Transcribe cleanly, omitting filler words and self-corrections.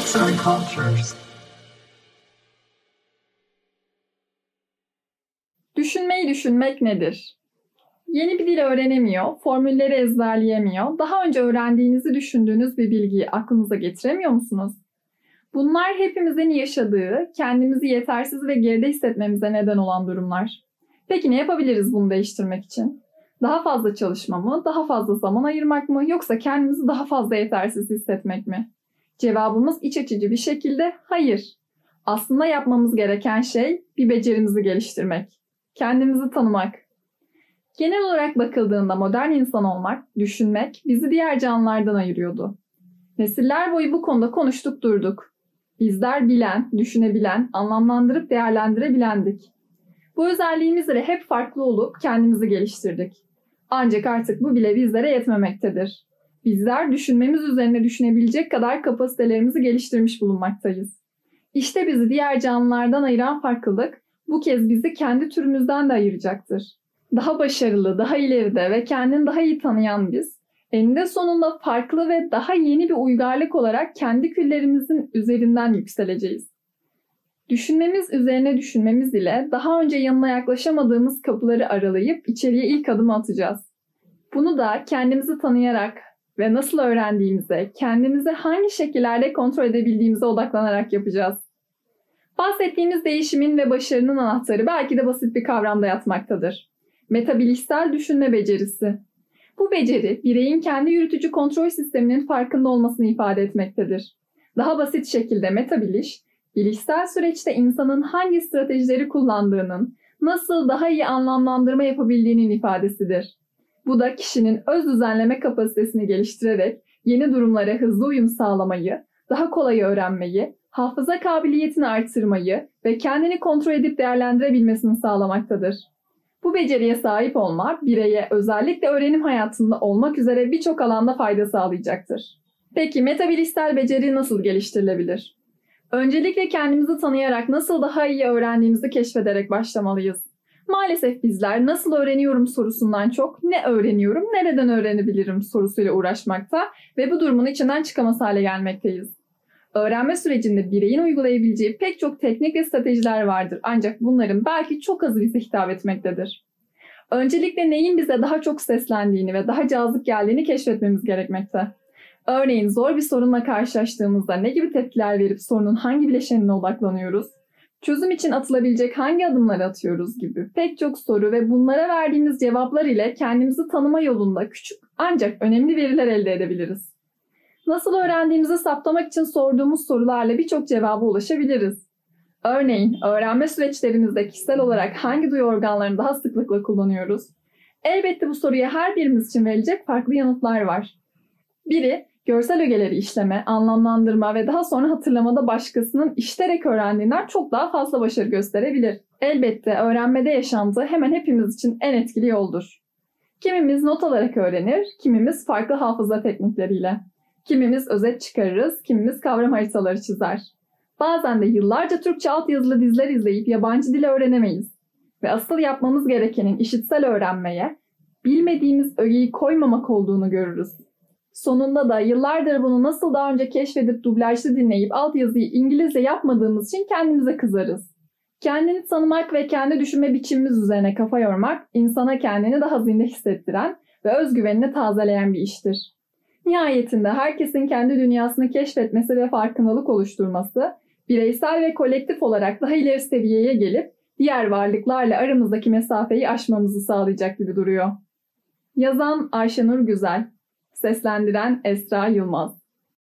Arts and Cultures. Düşünmeyi düşünmek nedir? Yeni bir dil öğrenemiyor, formülleri ezberleyemiyor, daha önce öğrendiğinizi düşündüğünüz bir bilgiyi aklınıza getiremiyor musunuz? Bunlar hepimizin yaşadığı, kendimizi yetersiz ve geride hissetmemize neden olan durumlar. Peki ne yapabiliriz bunu değiştirmek için? Daha fazla çalışma mı, daha fazla zaman ayırmak mı, yoksa kendimizi daha fazla yetersiz hissetmek mi? Cevabımız iç açıcı bir şekilde hayır. Aslında yapmamız gereken şey bir becerimizi geliştirmek. Kendimizi tanımak. Genel olarak bakıldığında modern insan olmak, düşünmek bizi diğer canlılardan ayırıyordu. Nesiller boyu bu konuda konuştuk durduk. Bizler bilen, düşünebilen, anlamlandırıp değerlendirebilendik. Bu özelliğimizle hep farklı olup kendimizi geliştirdik. Ancak artık bu bile bizlere yetmemektedir. Bizler düşünmemiz üzerine düşünebilecek kadar kapasitelerimizi geliştirmiş bulunmaktayız. İşte bizi diğer canlılardan ayıran farklılık bu kez bizi kendi türümüzden de ayıracaktır. Daha başarılı, daha ileride ve kendini daha iyi tanıyan biz, eninde sonunda farklı ve daha yeni bir uygarlık olarak kendi küllerimizin üzerinden yükseleceğiz. Düşünmemiz üzerine düşünmemiz ile daha önce yanına yaklaşamadığımız kapıları aralayıp içeriye ilk adımı atacağız. Bunu da kendimizi tanıyarak ve nasıl öğrendiğimize, kendimizi hangi şekillerde kontrol edebildiğimize odaklanarak yapacağız. Bahsettiğimiz değişimin ve başarının anahtarı belki de basit bir kavramda yatmaktadır. Metabilişsel düşünme becerisi. Bu beceri, bireyin kendi yürütücü kontrol sisteminin farkında olmasını ifade etmektedir. Daha basit şekilde metabiliş, bilişsel süreçte insanın hangi stratejileri kullandığının, nasıl daha iyi anlamlandırma yapabildiğinin ifadesidir. Bu da kişinin öz düzenleme kapasitesini geliştirerek yeni durumlara hızlı uyum sağlamayı, daha kolay öğrenmeyi, hafıza kabiliyetini artırmayı ve kendini kontrol edip değerlendirebilmesini sağlamaktadır. Bu beceriye sahip olmak, bireye özellikle öğrenim hayatında olmak üzere birçok alanda fayda sağlayacaktır. Peki metabilişsel beceri nasıl geliştirilebilir? Öncelikle kendimizi tanıyarak nasıl daha iyi öğrendiğimizi keşfederek başlamalıyız. Maalesef bizler nasıl öğreniyorum sorusundan çok ne öğreniyorum, nereden öğrenebilirim sorusuyla uğraşmakta ve bu durumun içinden çıkamaz hale gelmekteyiz. Öğrenme sürecinde bireyin uygulayabileceği pek çok teknik ve stratejiler vardır ancak bunların belki çok azı bize hitap etmektedir. Öncelikle neyin bize daha çok seslendiğini ve daha cazip geldiğini keşfetmemiz gerekmekte. Örneğin zor bir sorunla karşılaştığımızda ne gibi tepkiler verip sorunun hangi bileşenine odaklanıyoruz? Çözüm için atılabilecek hangi adımları atıyoruz gibi pek çok soru ve bunlara verdiğimiz cevaplar ile kendimizi tanıma yolunda küçük ancak önemli veriler elde edebiliriz. Nasıl öğrendiğimizi saptamak için sorduğumuz sorularla birçok cevaba ulaşabiliriz. Örneğin öğrenme süreçlerimizde kişisel olarak hangi duyu organlarını daha sıklıkla kullanıyoruz? Elbette bu soruya her birimiz için verilecek farklı yanıtlar var. Biri, görsel ögeleri işleme, anlamlandırma ve daha sonra hatırlamada başkasının işiterek öğrendiğinden çok daha fazla başarı gösterebilir. Elbette öğrenmede yaşantı hemen hepimiz için en etkili yoldur. Kimimiz not alarak öğrenir, kimimiz farklı hafıza teknikleriyle. Kimimiz özet çıkarırız, kimimiz kavram haritaları çizer. Bazen de yıllarca Türkçe altyazılı diziler izleyip yabancı dil öğrenemeyiz. Ve asıl yapmamız gerekenin işitsel öğrenmeye, bilmediğimiz ögeyi koymamak olduğunu görürüz. Sonunda da yıllardır bunu nasıl daha önce keşfedip dublajlı dinleyip altyazıyı İngilizce yapmadığımız için kendimize kızarız. Kendini tanımak ve kendi düşünme biçimimiz üzerine kafa yormak, insana kendini daha zinde hissettiren ve özgüvenini tazeleyen bir iştir. Nihayetinde herkesin kendi dünyasını keşfetmesi ve farkındalık oluşturması, bireysel ve kolektif olarak daha ileri seviyeye gelip diğer varlıklarla aramızdaki mesafeyi aşmamızı sağlayacak gibi duruyor. Yazan Ayşenur Güzel, seslendiren Esra Yılmaz.